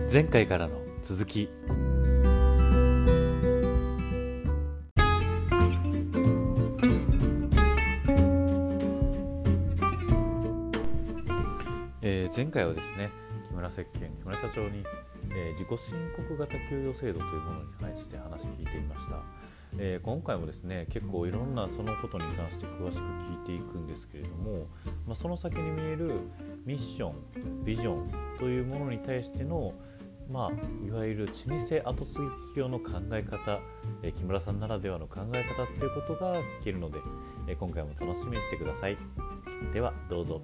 前回からの続き。前回はですね、木村石鹸木村社長に、自己申告型給与制度というものに関して話聞いていました。今回もですね、結構いろんなそのことに関して詳しく聞いていくんですけれども、その先に見えるミッション、ビジョンというものに対しての、いわゆる老舗後継ぎ企業の考え方、木村さんならではの考え方ということが聞けるので、今回も楽しみにしてください。ではどうぞ。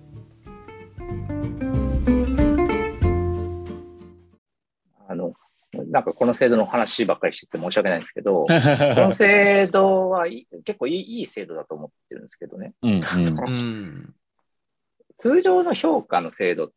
なんかこの制度の話ばっかりしてて申し訳ないんですけど、この制度は結構いい制度だと思ってるんですけどね。通常の評価の制度って、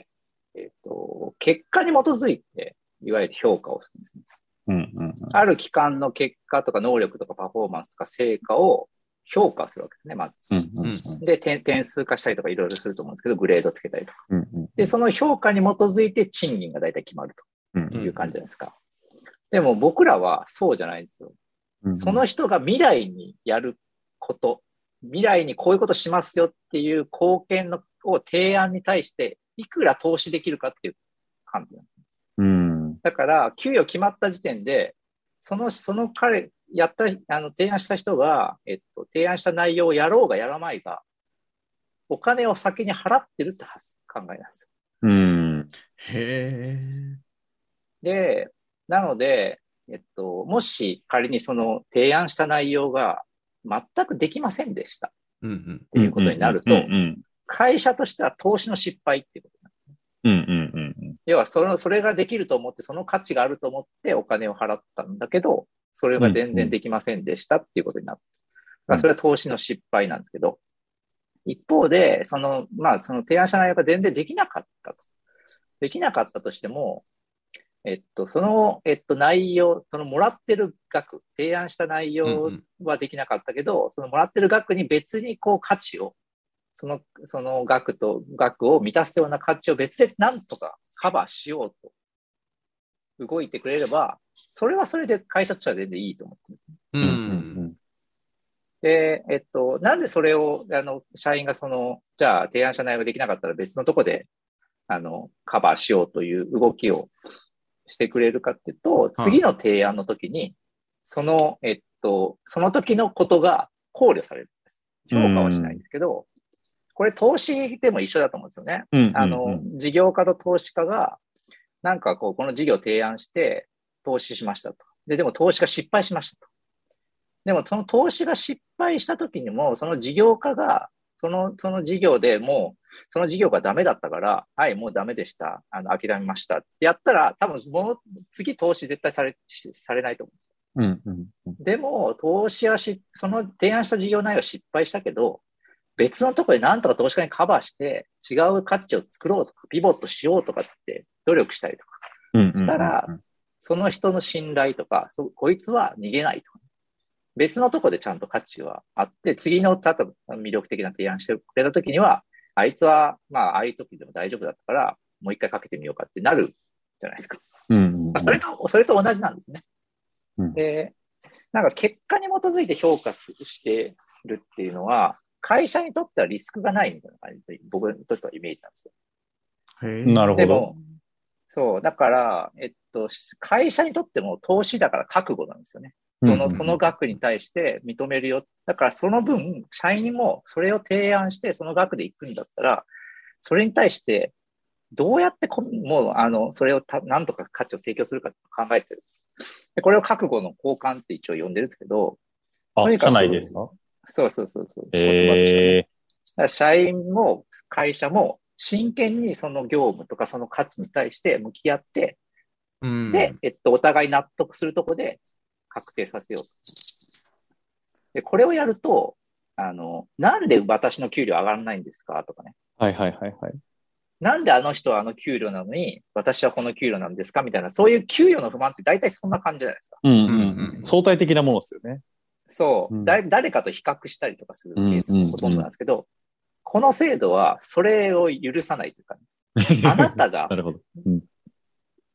結果に基づいて、いわゆる評価をするんですね。ある期間の結果とか能力とかパフォーマンスとか成果を評価するわけですね、まず。で、点数化したりとかいろいろすると思うんですけど、グレードつけたりとか。で、その評価に基づいて賃金が大体決まるという感じじゃないですか。でも僕らはそうじゃないんですよ。その人が未来にやること、未来にこういうことしますよっていう貢献を提案に対していくら投資できるかっていう観点なんです。だから、給与決まった時点で、その彼、提案した人が、提案した内容をやろうがやらないが、お金を先に払ってるって考えなんですよ。 へー。 で、なので、もし仮にその提案した内容が全くできませんでしたっていうことになると、会社としては投資の失敗っていうことなんですね。要はそれができると思って、その価値があると思ってお金を払ったんだけど、それが全然できませんでしたっていうことになる。それは投資の失敗なんですけど、一方で、その提案した内容が全然できなかったと。できなかったとしても、その、内容、そのもらってる額、提案した内容はできなかったけど、そのもらってる額に別にこう価値を、その額を満たすような価値を別でなんとかカバーしようと動いてくれれば、それはそれで会社としては全然いいと思ってるんです。で、なんでそれを、社員がじゃあ提案した内容ができなかったら別のとこで、カバーしようという動きをしてくれるかっていうと、次の提案の時に、その時のことが考慮されるんです。評価はしないんですけど、これ投資でも一緒だと思うんですよね。事業家と投資家が、なんかこの事業を提案して投資しましたと。でも投資が失敗しましたと。でもその投資が失敗した時にも、その事業家が、その事業でもう、その事業がダメだったから、はい、もうダメでした。諦めましたってやったら、多分もう次投資絶対されないと思うんです。でも、投資はその提案した事業内容は失敗したけど、別のところでなんとか投資家にカバーして、違う価値を作ろうとか、ピボットしようとかって努力したりとか、したら、その人の信頼とか、こいつは逃げないとか、別のところでちゃんと価値はあって、次の、例えば魅力的な提案してくれたときには、あいつは、ああいう時でも大丈夫だったから、もう一回かけてみようかってなるじゃないですか。それと同じなんですね。で、なんか結果に基づいて評価してるっていうのは、会社にとってはリスクがないみたいな感じで、僕にとってはイメージなんですよ。 なるほど。 でも、そう、だから、会社にとっても投資だから覚悟なんですよね。その額に対して認めるよ。だからその分、社員もそれを提案してその額で行くんだったら、それに対してどうやってそれをなんとか価値を提供するか考えてる。でこれを覚悟の交換って一応呼んでるんですけど。 社内ですか？ そう。社員も会社も真剣にその業務とかその価値に対して向き合って、で、お互い納得するところで確定させようと。で、これをやると、なんで私の給料上がらないんですかとかね。なんであの人はあの給料なのに、私はこの給料なんですかみたいな、そういう給与の不満って大体そんな感じじゃないですか。 相対的なものですよね。 そう。誰かと比較したりとかするケースがほとんどなんですけど、この制度はそれを許さないというか、ね、あなたが、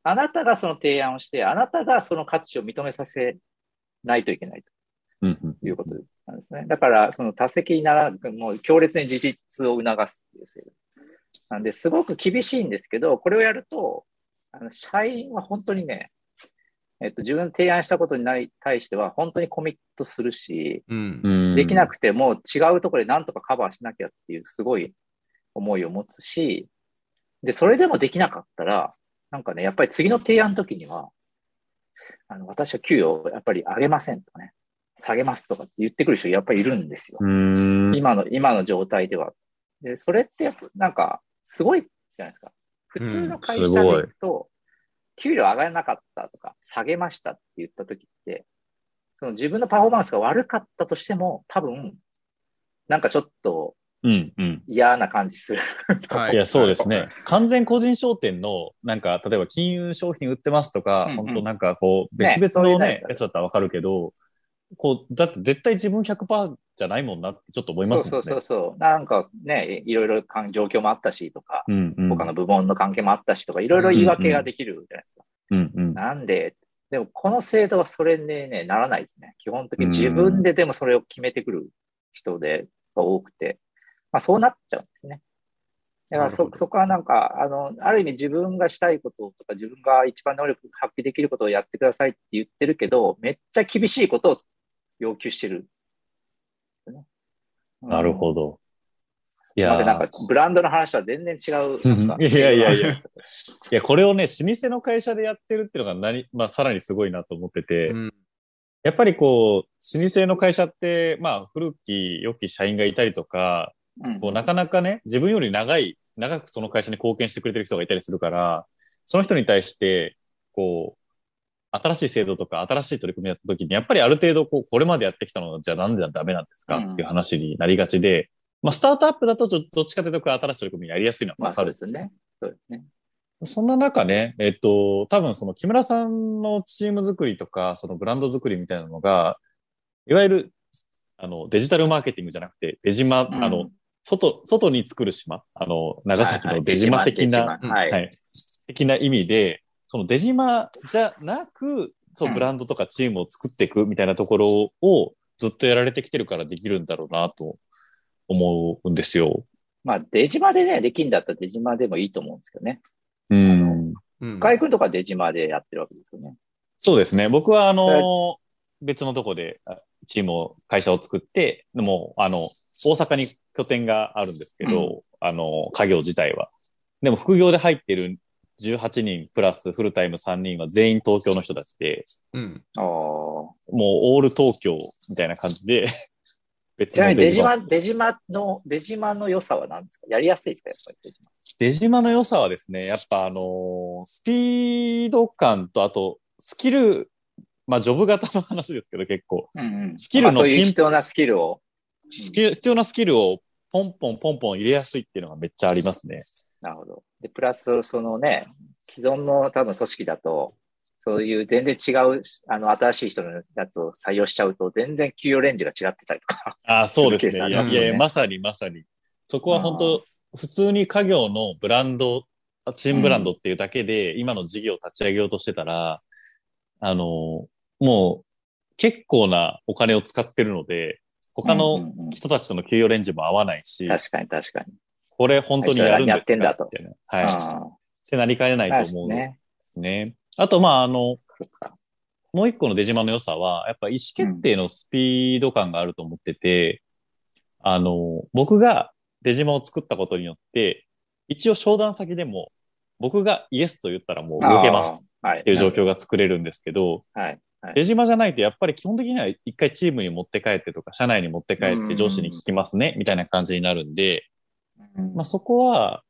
あなたがその提案をして、あなたがその価値を認めさせないといけないということなんですね。だから、その多責にならず、もう強烈に自立を促すっていう制度。なんで、すごく厳しいんですけど、これをやると、社員は本当にね、自分の提案したことに対しては本当にコミットするし、できなくても違うところで何とかカバーしなきゃっていうすごい思いを持つし、で、それでもできなかったら、なんかね、やっぱり次の提案の時には、私は給与をやっぱり上げませんとかね、下げますとかって言ってくる人やっぱりいるんですよ。今の状態では。で、それってやっぱなんかすごいじゃないですか。普通の会社で行くと、給料上がらなかったとか、下げましたって言った時って、その自分のパフォーマンスが悪かったとしても、多分、なんかちょっと嫌な感じする。 いや、そうですね。完全個人商店の、なんか、例えば金融商品売ってますとか、本当なんかこう、別々のね、やつだったらわかるけど、こう、だって絶対自分 100% じゃないもんなってちょっと思いますもんね。 そう。なんかね、いろいろ状況もあったしとか、他の部門の関係もあったしとか、いろいろ言い訳ができるじゃないですか。なんで、でもこの制度はそれにね、ならないですね。基本的に自分ででもそれを決めてくる人が多くて、まあそうなっちゃうんですね。だからそこはなんか、ある意味自分がしたいこととか、自分が一番能力発揮できることをやってくださいって言ってるけど、めっちゃ厳しいことを要求してる。 なるほど。 いやなんかブランドの話とは全然違う。 いや、これをね、老舗の会社でやってるっていうのがまあ、さらにすごいなと思ってて、やっぱりこう、老舗の会社って、まあ、古き良き社員がいたりとか、こうなかなかね、自分より長くその会社に貢献してくれてる人がいたりするから、その人に対して、こう、新しい制度とか新しい取り組みやった時に、やっぱりある程度これまでやってきたのじゃなんでダメなんですかっていう話になりがちで、まあ、スタートアップだとどっちかというと新しい取り組みやりやすいのはわかるんですね。 そうですね。 そんな中ね、多分その木村さんのチーム作りとか、そのブランド作りみたいなのが、いわゆる、デジタルマーケティングじゃなくて、出島、外に作る島、長崎の出島的な、的な意味で、その出島じゃなく、ブランドとかチームを作っていくみたいなところをずっとやられてきてるからできるんだろうなと思うんですよ。 まあ、出島でね、できんだったら出島でもいいと思うんですけどね。深井君とか出島でやってるわけですよね。 そうですね。僕は別のとこでチーム会社を作って、でも大阪に拠点があるんですけど、家業自体は。でも副業で入ってる18人プラスフルタイム3人は全員東京の人たちで、もうオール東京みたいな感じでちなみに出島の良さは何ですか？やりやすいですか？やっぱり出島の良さはですね、やっぱスピード感と、あとスキル、まあジョブ型の話ですけど結構、 スキルの、そういう必要なスキルを必要なスキルをポンポン入れやすいっていうのがめっちゃありますね。 なるほど。で、プラス、そのね、既存の多分組織だと、そういう全然違う、新しい人のやつを採用しちゃうと、全然給与レンジが違ってたりとか。 あ、そうですね。いや、まさに。そこは本当、普通に家業のブランド、チームブランドっていうだけで、今の事業を立ち上げようとしてたら、もう、結構なお金を使ってるので、他の人たちとの給与レンジも合わないし、 確かに。 これ本当にやるんですかってんだと。 はい。ってなりかねないと思うんですね。あと、まあ、もう一個の出島の良さは、やっぱ意思決定のスピード感があると思ってて、僕が出島を作ったことによって、一応商談先でも、僕がイエスと言ったらもう動けますっていう状況が作れるんですけど、出島じゃないとやっぱり基本的には一回チームに持って帰ってとか、社内に持って帰って上司に聞きますね、みたいな感じになるんで、まあそこは、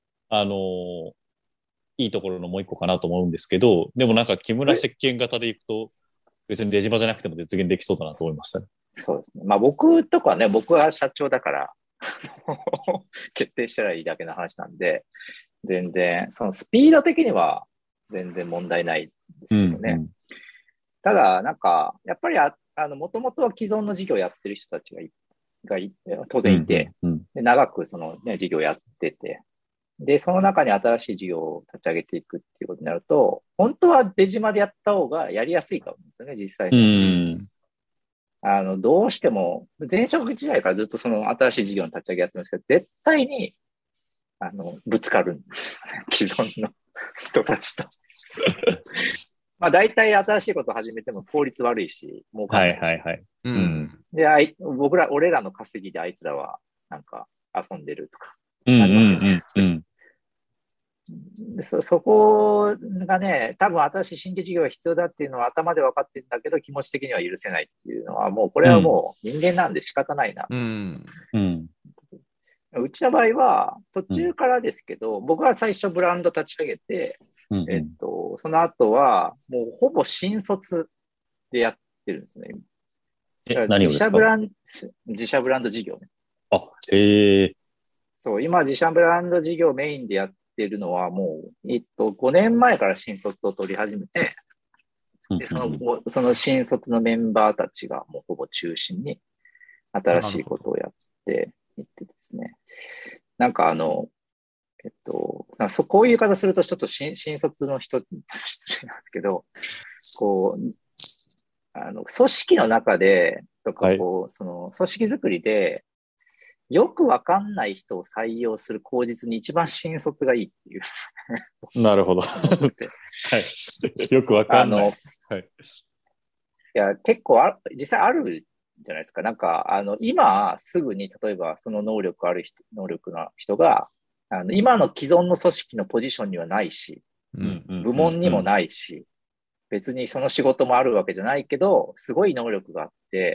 いいところのもう一個かなと思うんですけど、でもなんか木村石鹸型でいくと、別に出島じゃなくても実現できそうだなと思いましたね。 そうですね。まあ僕とかね、僕は社長だから、決定したらいいだけの話なんで、全然、そのスピード的には全然問題ないですけどね。ただ、なんか、やっぱりもともとは既存の事業をやってる人たちが当然いて、で長くそのね、事業やってて、 で、その中に新しい事業を立ち上げていくっていうことになると、本当は出島でやった方がやりやすいかもですよね、実際に。どうしても、前職時代からずっとその新しい事業の立ち上げやってますけど、絶対に、ぶつかるんですね。既存の人たちと。まあ大体新しいことを始めても効率悪いし、儲かんないし。はいはいはい。うん。で、俺らの稼ぎであいつらはなんか遊んでるとか。そこがね、多分新しい新規事業が必要だっていうのは頭で分かってるんだけど、気持ち的には許せないっていうのは、もうこれはもう人間なんで仕方ないな。うちの場合は途中からですけど、僕は最初ブランド立ち上げて、その後はもうほぼ新卒でやってるんですね。 何をですか？ 自社ブランド事業ね。そう、今自社ブランド事業メインでやってるのはもう、5年前から新卒を取り始めて、でその新卒のメンバーたちがもうほぼ中心に新しいことをやっていってですね。なんかこういう言い方するとちょっと新卒の人に失礼なんですけど、こう、組織の中で、とかその組織づくりで、よくわかんない人を採用する口実に一番新卒がいいっていう。 なるほど。はい。よくわかんない。はい。いや、結構実際あるじゃないですか。なんか、今すぐに、例えばその能力の人が、今の既存の組織のポジションにはないし、部門にもないし、別にその仕事もあるわけじゃないけど、すごい能力があって、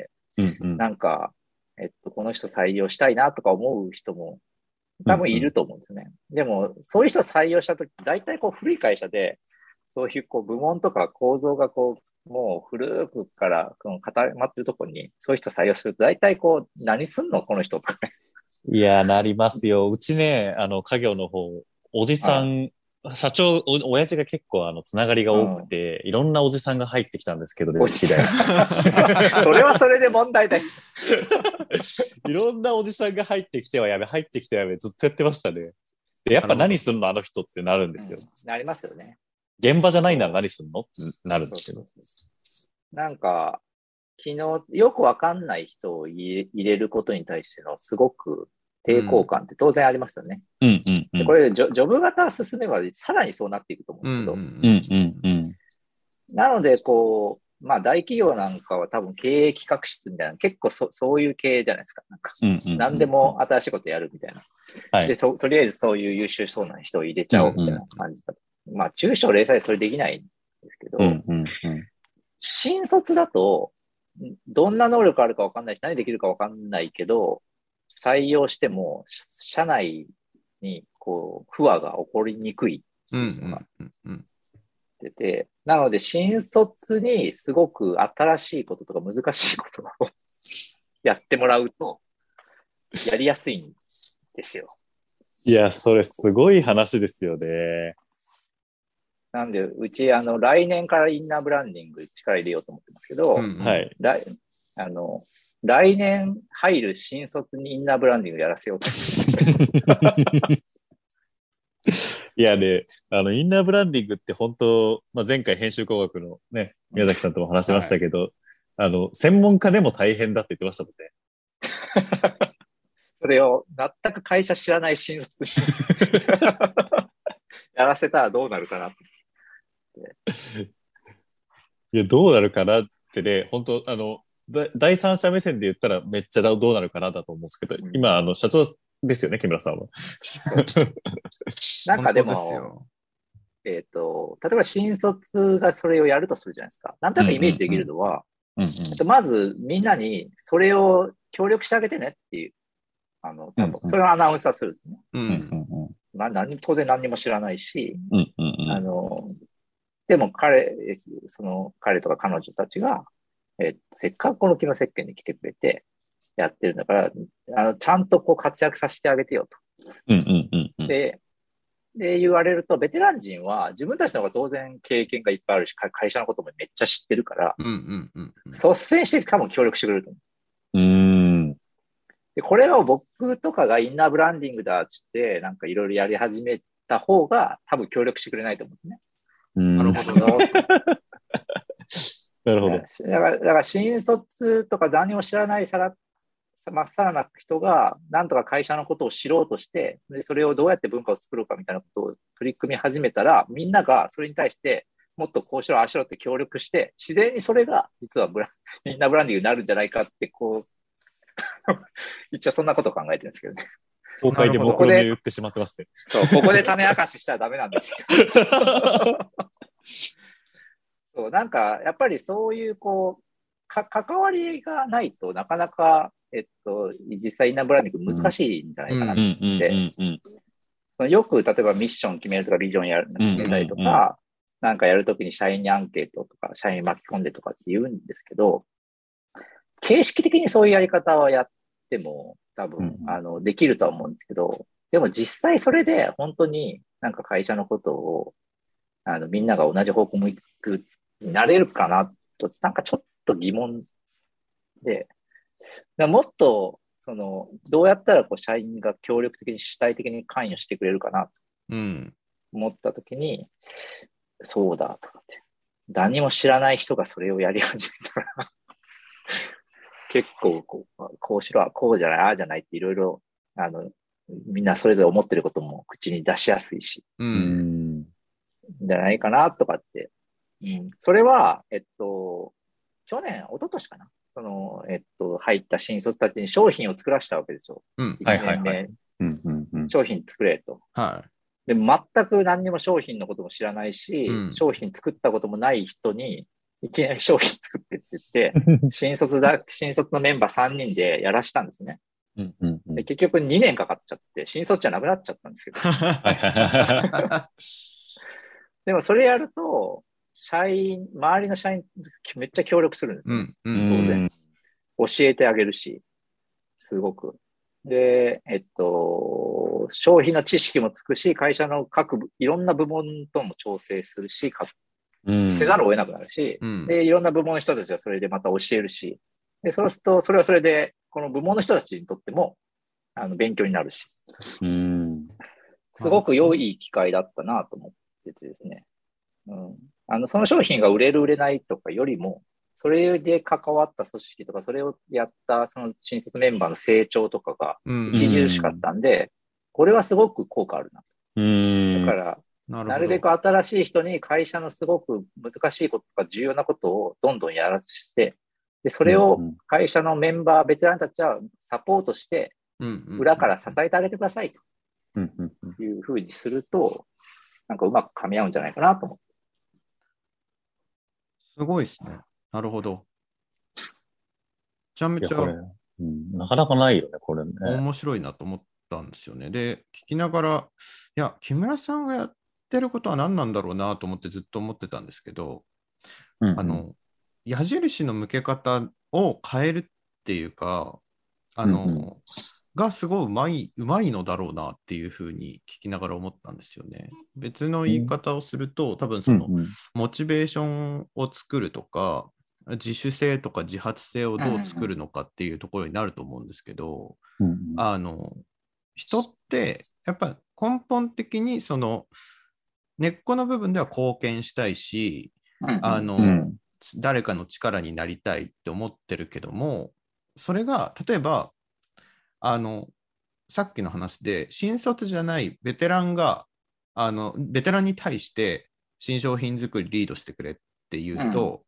なんか、この人採用したいなとか思う人も多分いると思うんですね。でも、そういう人採用したとき、大体古い会社で、そういう部門とか構造がもう古くから固まってるところに、そういう人採用すると、大体何すんのこの人とかね。 いや、なりますよ。うちね、家業の方、おじさん、社長、親父が結構つながりが多くて、いろんなおじさんが入ってきたんですけど、ね、 それはそれで問題だよ。 いろんなおじさんが入ってきてはやめ、入ってきてはやめ、ずっとやってましたね。で、やっぱ何すんのあの人ってなるんですよ。 なりますよね。 現場じゃないなら何すんのってなるんですけど。 なんか、昨日、よくわかんない人を入れることに対してのすごく抵抗感って当然ありますよね。これジョブ型進めばさらにそうなっていくと思うんですけど。なので、まあ大企業なんかは多分経営企画室みたいな、結構そういう経営じゃないですか。なんか、何でも新しいことやるみたいな。で、とりあえずそういう優秀そうな人を入れちゃおうみたいな感じだと。まあ中小零細それできないんですけど、新卒だと、どんな能力あるか分かんないし、何できるか分かんないけど、採用しても、社内に、不和が起こりにくいっていうのが出て、なので、新卒にすごく新しいこととか難しいことをやってもらうと、やりやすいんですよ。 いや、それすごい話ですよね。 なんで、うち、来年からインナーブランディング力入れようと思ってますけど、 はい。 来年入る新卒にインナーブランディングやらせようと思って。 いやね、インナーブランディングって本当、まあ、前回編集工学のね、宮崎さんとも話しましたけど、専門家でも大変だって言ってましたもんね。 それを全く会社知らない新卒にやらせたらどうなるかなって。 いや、どうなるかなってね、本当第三者目線で言ったらめっちゃどうなるかなだと思うんですけど、今、社長ですよね、木村さんは。 なんかでも、例えば新卒がそれをやるとするじゃないですか。なんとなくイメージできるのは、まずみんなにそれを協力してあげてねっていう、それをアナウンサーするんですね。当然何にも知らないし、でもその彼とか彼女たちが、せっかくこの木の石鹸に来てくれてやってるんだから、ちゃんと活躍させてあげてよと。で、言われると、ベテラン人は自分たちの方が当然経験がいっぱいあるし、会社のこともめっちゃ知ってるから、率先して多分協力してくれると思う。 で、これを僕とかがインナーブランディングだっつって、なんかいろいろやり始めた方が多分協力してくれないと思うんですね。 なるほど。なるほど。 だから新卒とか何も知らないまっさらな人が、なんとか会社のことを知ろうとして、で、それをどうやって文化を作ろうかみたいなことを取り組み始めたら、みんながそれに対して、もっとこうしろ、ああしろって協力して、自然にそれが、実はインナーブランディングになるんじゃないかって、こう、一応そんなことを考えてるんですけどね。 公開で目論見を言ってしまってますね。 そう、ここで種明かししたらダメなんですけど。そう、なんか、やっぱりそういう、こう、関わりがないとなかなか、実際インナーブランディング難しいんじゃないかなって。よく、例えばミッション決めるとか、ビジョン決めたりとか、なんかやるときに社員にアンケートとか、社員巻き込んでとかって言うんですけど、形式的にそういうやり方をやっても、多分、できるとは思うんですけど、でも実際それで本当になんか会社のことを、みんなが同じ方向向くになれるかなと、なんかちょっと疑問で、もっと、どうやったらこう社員が協力的に主体的に関与してくれるかなと思ったときに、そうだとかって、何も知らない人がそれをやり始めたら、結構こうしろ、こうじゃない、ああじゃないっていろいろ、みんなそれぞれ思ってることも口に出しやすいし、じゃないかなとかって。それは、去年、一昨年かな。入った新卒たちに商品を作らせたわけですよ。1年目、商品作れと。でも全く何にも商品のことも知らないし、商品作ったこともない人に、いきなり商品作ってって言って、新卒のメンバー3人でやらしたんですね。で結局2年かかっちゃって、新卒じゃなくなっちゃったんですけど。でもそれやると、周りの社員めっちゃ協力するんですよ。当然。教えてあげるし、すごく。で、商品の知識もつくし、会社のいろんな部門とも調整するし、せざるを得なくなるし、で、いろんな部門の人たちがそれでまた教えるし、で、そうすると、それはそれで、この部門の人たちにとっても、勉強になるし、すごく良い機会だったなと思っててですね。その商品が売れる売れないとかよりも、それで関わった組織とか、それをやったその新卒メンバーの成長とかが著しかったんで、これはすごく効果あるなと。だから、なるべく新しい人に会社のすごく難しいこととか重要なことをどんどんやらせて、で、それを会社のメンバー、ベテランたちはサポートして、裏から支えてあげてくださいというふうにすると、なんかうまく噛み合うんじゃないかなと思って。 すごいですね。なるほど。めちゃめちゃ、 なかなかないよね、これね。 面白いなと思ったんですよね。で、聞きながら、いや、木村さんがやってることは何なんだろうなと思ってずっと思ってたんですけど、矢印の向け方を変えるっていうか、がすごいうまいのだろうなっていうふうに聞きながら思ったんですよね。別の言い方をすると、多分そのモチベーションを作るとか、自主性とか自発性をどう作るのかっていうところになると思うんですけど、人ってやっぱり根本的にその根っこの部分では貢献したいし、誰かの力になりたいって思ってるけども、それが例えばさっきの話で新卒じゃないベテランがベテランに対して新商品作りリードしてくれっていうと、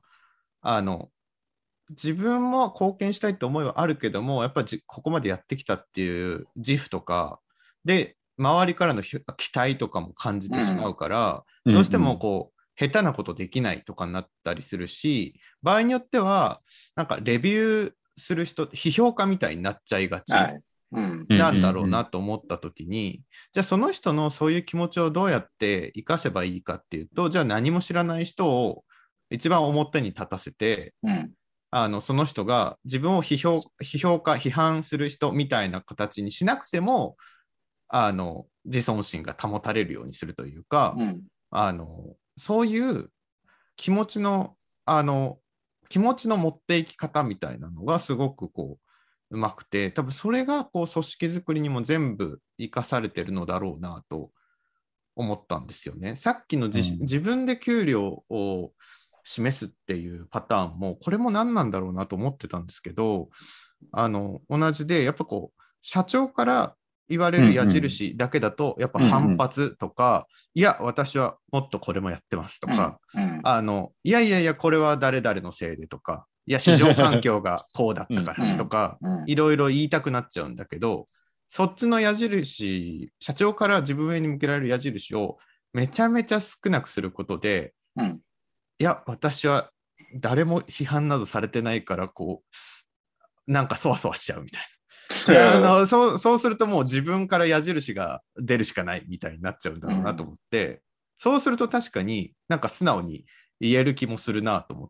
自分も貢献したいって思いはあるけども、やっぱりここまでやってきたっていう自負とかで周りからの期待とかも感じてしまうから、どうしてもこう下手なことできないとかになったりするし、場合によってはなんかレビューする人、批評家みたいになっちゃいがちなんだろうなと思った時に、じゃあその人のそういう気持ちをどうやって活かせばいいかっていうと、じゃあ何も知らない人を一番表に立たせて、その人が自分を批判する人みたいな形にしなくても、自尊心が保たれるようにするというか、そういう気持ちの持っていき方みたいなのがすごくこうまくて、多分それがこう組織づくりにも全部生かされてるのだろうなと思ったんですよね。さっきの自分で給料を示すっていうパターンも、これも何なんだろうなと思ってたんですけど、同じで、やっぱこう、社長から言われる矢印だけだと、やっぱ反発とか、いや、私はもっとこれもやってますとか、いやいやいや、これは誰々のせいでとか、いや、市場環境がこうだったからとか、いろいろ言いたくなっちゃうんだけど、そっちの矢印、社長から自分へに向けられる矢印をめちゃめちゃ少なくすることで、いや、私は誰も批判などされてないから、こう、なんかそわそわしちゃうみたいな。そうするともう自分から矢印が出るしかないみたいになっちゃうんだろうなと思って、そうすると確かになんか素直に言える気もするなと思って、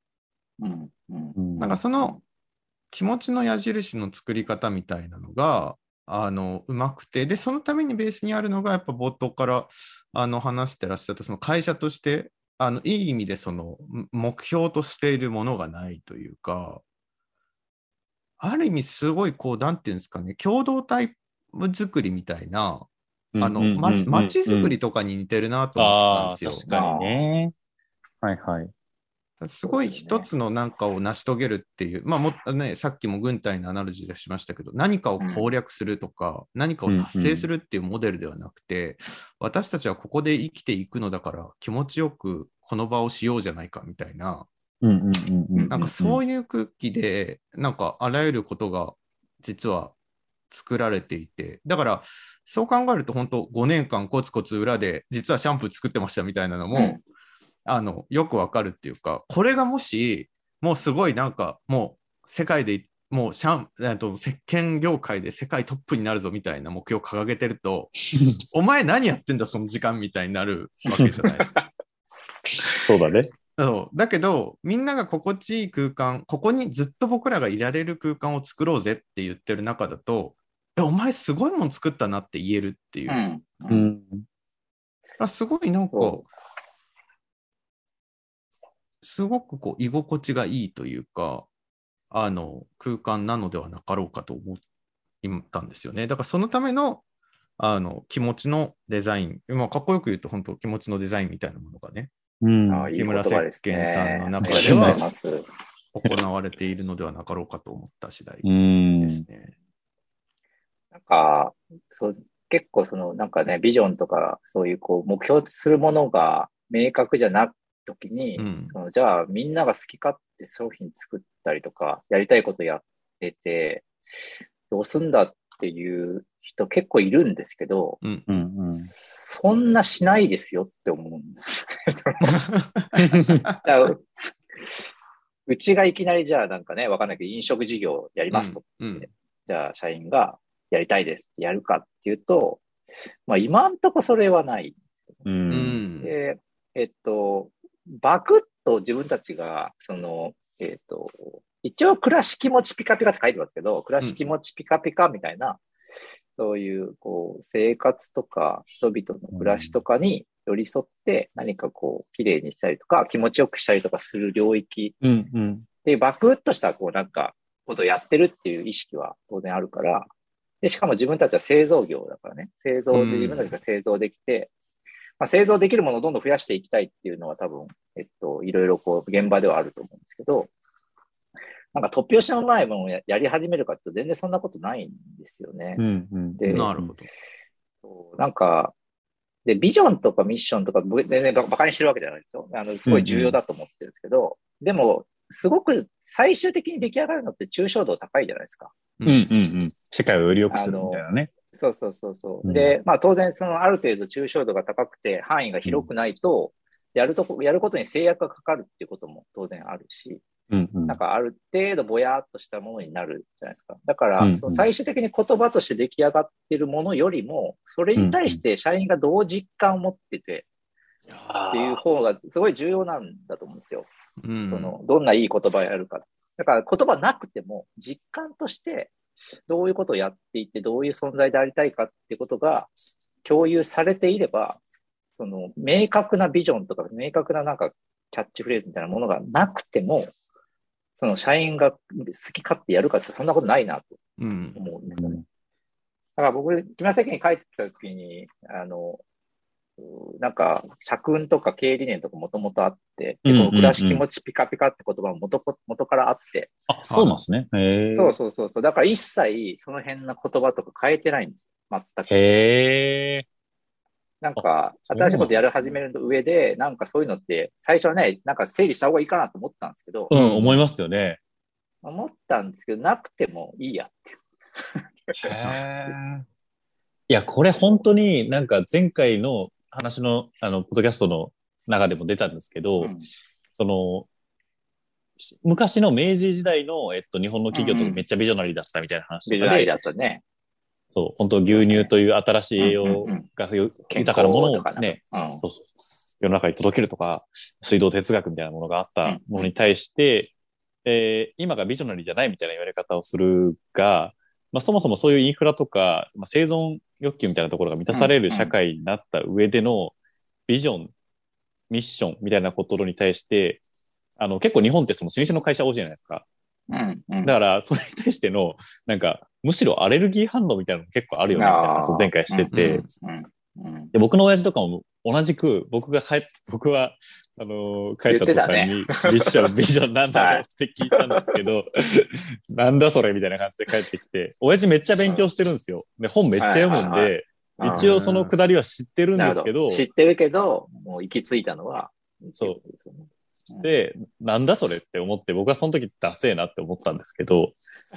なんかその気持ちの矢印の作り方みたいなのが、うまくて、で、そのためにベースにあるのが、やっぱ冒頭から話してらっしゃった、その会社として、いい意味でその目標としているものがないというか、ある意味すごいこう、なんていうんですかね、共同体作りみたいな、街づくりとかに似てるなと思ったんですよ。 確かにね。はいはい。 すごい一つの何かを成し遂げるっていう、まあもっとね、さっきも軍隊のアナロジーでしましたけど、何かを攻略するとか、何かを達成するっていうモデルではなくて、私たちはここで生きていくのだから気持ちよくこの場をしようじゃないかみたいな、なんかそういう空気で、なんかあらゆることが実は作られていて、だからそう考えると本当5年間コツコツ裏で実はシャンプー作ってましたみたいなのも、よくわかるっていうか、これがもし、もうすごいなんか、もう世界で、もう石鹸業界で世界トップになるぞみたいな目標を掲げてると、お前何やってんだその時間みたいになるわけじゃないですか。 そうだね。 だけど、みんなが心地いい空間、ここにずっと僕らがいられる空間を作ろうぜって言ってる中だと、お前すごいもん作ったなって言えるっていう。すごいなんか、すごくこう居心地がいいというか、空間なのではなかろうかと思ったんですよね。だからそのための、気持ちのデザイン、まあ、かっこよく言うと本当気持ちのデザインみたいなものがね、木村石鹸さんの中では行われているのではなかろうかと思った次第ですね。 なんか結構なんかね、ビジョンとかそういうこう目標とするものが明確じゃなく時に、じゃあみんなが好き勝手商品作ったりとか、やりたいことやってて、どうすんだっていう人結構いるんですけど、そんなしないですよって思うんですうちがいきなりじゃあなんかね、わかんないけど飲食事業やりますと、じゃあ社員がやりたいですってやるかっていうと、まあ今んとこそれはない。で、バクッと自分たちが、一応暮らし気持ちピカピカって書いてますけど、暮らし気持ちピカピカみたいな、そういう、こう、生活とか、人々の暮らしとかに寄り添って、何かこう、綺麗にしたりとか、気持ちよくしたりとかする領域で、バクッとした、こう、なんか、ことをやってるっていう意識は当然あるから、で、しかも自分たちは製造業だからね、自分たちが製造できて、まあ、製造できるものをどんどん増やしていきたいっていうのは多分、いろいろこう、現場ではあると思うんですけど、なんか突拍子のないものを やり始めるかって全然そんなことないんですよね。 で、なるほど。なんか、で、ビジョンとかミッションとか全然バカにしてるわけじゃないですよ。すごい重要だと思ってるんですけど、でも、すごく最終的に出来上がるのって抽象度高いじゃないですか。 世界をより良くするみたいなね。 そう。で、まあ当然ある程度抽象度が高くて範囲が広くないと、やることに制約がかかるっていうことも当然あるし、なんかある程度ぼやっとしたものになるじゃないですか。だから、最終的に言葉として出来上がっているものよりも、それに対して社員がどう実感を持ってて、っていう方がすごい重要なんだと思うんですよ。どんないい言葉をやるか。だから言葉なくても実感としてどういうことをやっていて、どういう存在でありたいかってことが共有されていれば、明確なビジョンとか明確ななんかキャッチフレーズみたいなものがなくても、 その社員が好き勝手やるかってそんなことないなと思うんですよね。だから僕、木村政権に帰ってきたときに、なんか、社訓とか経営理念とかもともとあって、結構暮らし気持ちピカピカって言葉も元からあって。 あ、そうなんですね。 そう。だから一切その辺の言葉とか変えてないんですよ。全く。なんか、新しいことやる始める上で、なんかそういうのって、最初はね、なんか整理した方がいいかなと思ったんですけど。 思いますよね。 思ったんですけど、なくてもいいやって。 いや、これ本当になんか前回の話の、ポッドキャストの中でも出たんですけど、その、昔の明治時代の、日本の企業とかめっちゃビジョナリーだったみたいな話とかで、 ビジョナリーだったね。 そう、本当牛乳という新しい栄養が豊かなものをね、世の中に届けるとか、水道哲学みたいなものがあったものに対して、今がビジョナリーじゃないみたいな言われ方をするが、そもそもそういうインフラとか、生存欲求みたいなところが満たされる社会になった上でのビジョン、ミッションみたいなことに対して、結構日本ってその老舗の会社多いじゃないですか。だから、それに対しての、なんか、むしろアレルギー反応みたいなのも結構あるよね、みたいな話を前回してて、で、僕の親父とかも同じく、僕は帰った途端に、ミッション、ビジョンなんだろうって聞いたんですけど、なんだそれみたいな感じで帰ってきて、親父めっちゃ勉強してるんですよ。で、本めっちゃ読むんで、一応そのくだりは知ってるんですけど、 知ってるけど、もう行き着いたのは、 そう。で、なんだそれって思って、僕はその時ダセーなって思ったんですけど、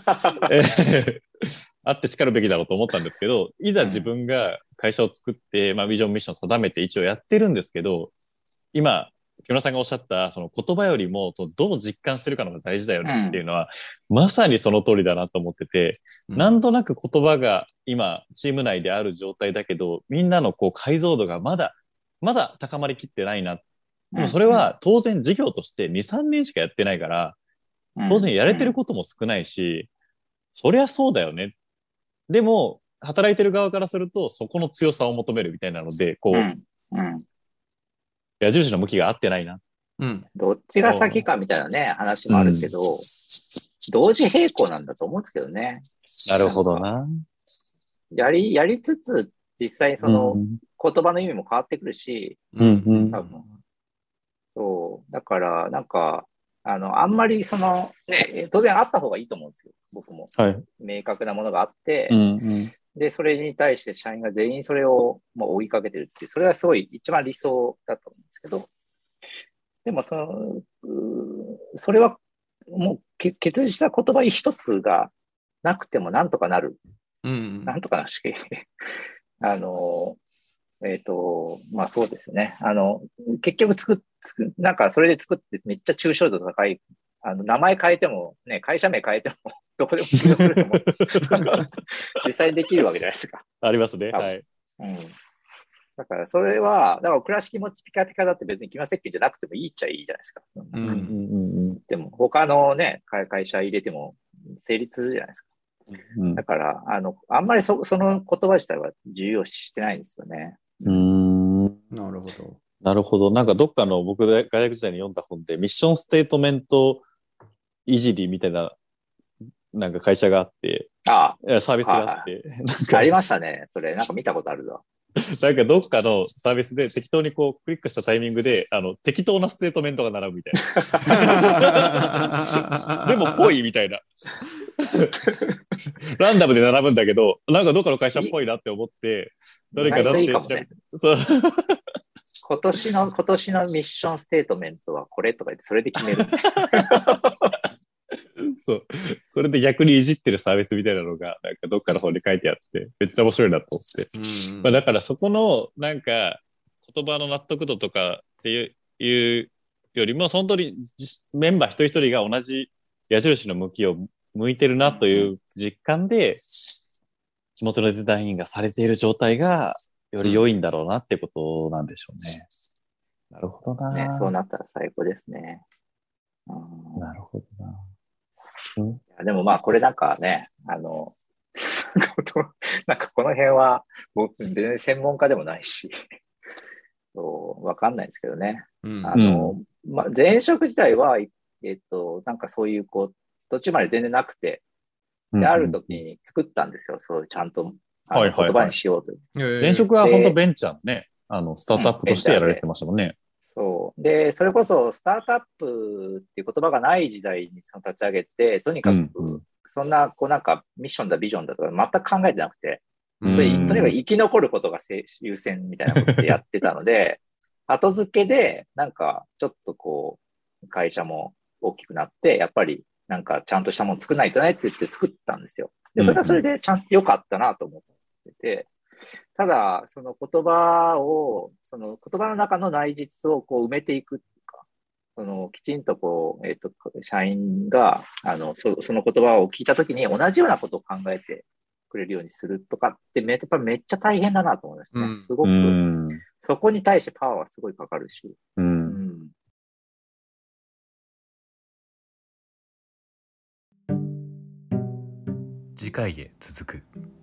あって叱るべきだろうと思ったんですけど、いざ自分が会社を作って、ビジョンミッションを定めて一応やってるんですけど、今、木村さんがおっしゃった、その言葉よりも、どう実感してるかのが大事だよねっていうのは、まさにその通りだなと思ってて、なんとなく言葉が今、チーム内である状態だけど、みんなの解像度がまだ高まりきってないな。でもそれは当然事業として2、3年しかやってないから、当然やれてることも少ないし、そりゃそうだよね。でも、働いてる側からすると、そこの強さを求めるみたいなので、矢印の向きが合ってないな。 どっちが先かみたいなね、話もあるけど、同時並行なんだと思うんですけどね。 なるほどな。 やりつつ、実際その言葉の意味も変わってくるし、多分。そう。だから、なんか、あんまりその、ね、当然あった方がいいと思うんですよ。僕も。明確なものがあって、で、それに対して社員が全員それを追いかけてるっていう、それはすごい一番理想だと思うんですけど、でもそれはもう結実した言葉一つがなくてもなんとかなる。なんとかなし、そうですね。結局なんかそれで作ってめっちゃ抽象度高い、名前変えても、ね、会社名変えても、どこでも起業すると思う。実際にできるわけじゃないですか。 ありますね。はい。 だからそれは、だから暮らし気持ちピカピカだって別に木村設計じゃなくてもいいっちゃいいじゃないですか。でも他のね、会社入れても成立じゃないですか。だから、あんまりその言葉自体は重要視してないんですよね。 なるほど。 なるほど。なんかどっかの僕が大学時代に読んだ本でミッションステートメントいじりみたいななんか会社があって、サービスがあって。 ありましたね。それ、なんか見たことあるぞ。 なんかどっかのサービスで適当にクリックしたタイミングで、適当なステートメントが並ぶみたいな。でもぽいみたいな。ランダムで並ぶんだけど、なんかどっかの会社っぽいなって思って、誰かだって調べて。 今年のミッションステートメントはこれとか言って、それで決める。 そう。それで逆にいじってるサービスみたいなのが、なんかどっかの方に書いてあって、めっちゃ面白いなと思って。だからそこの、なんか、言葉の納得度とかっていうよりも、本当にメンバー一人一人が同じ矢印の向きを向いてるなという実感で、地元のデザインがされている状態が、より良いんだろうなってことなんでしょうね。なるほどな。 ね、そうなったら最高ですね。 なるほどな。 でもこれなんかね、なんかこの辺は僕全然専門家でもないし、わかんないんですけどね。前職自体はなんかそういう途中まで全然なくて、で、ある時に作ったんですよ。そう、ちゃんと、言葉にしようと。 前職は本当ベンチャーのね、スタートアップとしてやられてましたもんね。 そう。で、それこそスタートアップっていう言葉がない時代にその立ち上げて、とにかく、そんな、なんかミッションだ、ビジョンだとか全く考えてなくて、とにかく生き残ることが優先みたいなことでやってたので、後付けで、なんか、ちょっと会社も大きくなって、やっぱり、なんか、ちゃんとしたもの作らないとねって言って作ったんですよ。で、それはそれでちゃんと良かったなと思ってて、ただ、その言葉の中の内実を埋めていくっていうか、きちんと社員が、その言葉を聞いたときに同じようなことを考えてくれるようにするとかってやっぱめっちゃ大変だなと思いましたね。すごく、そこに対してパワーはすごいかかるし。 次回へ続く。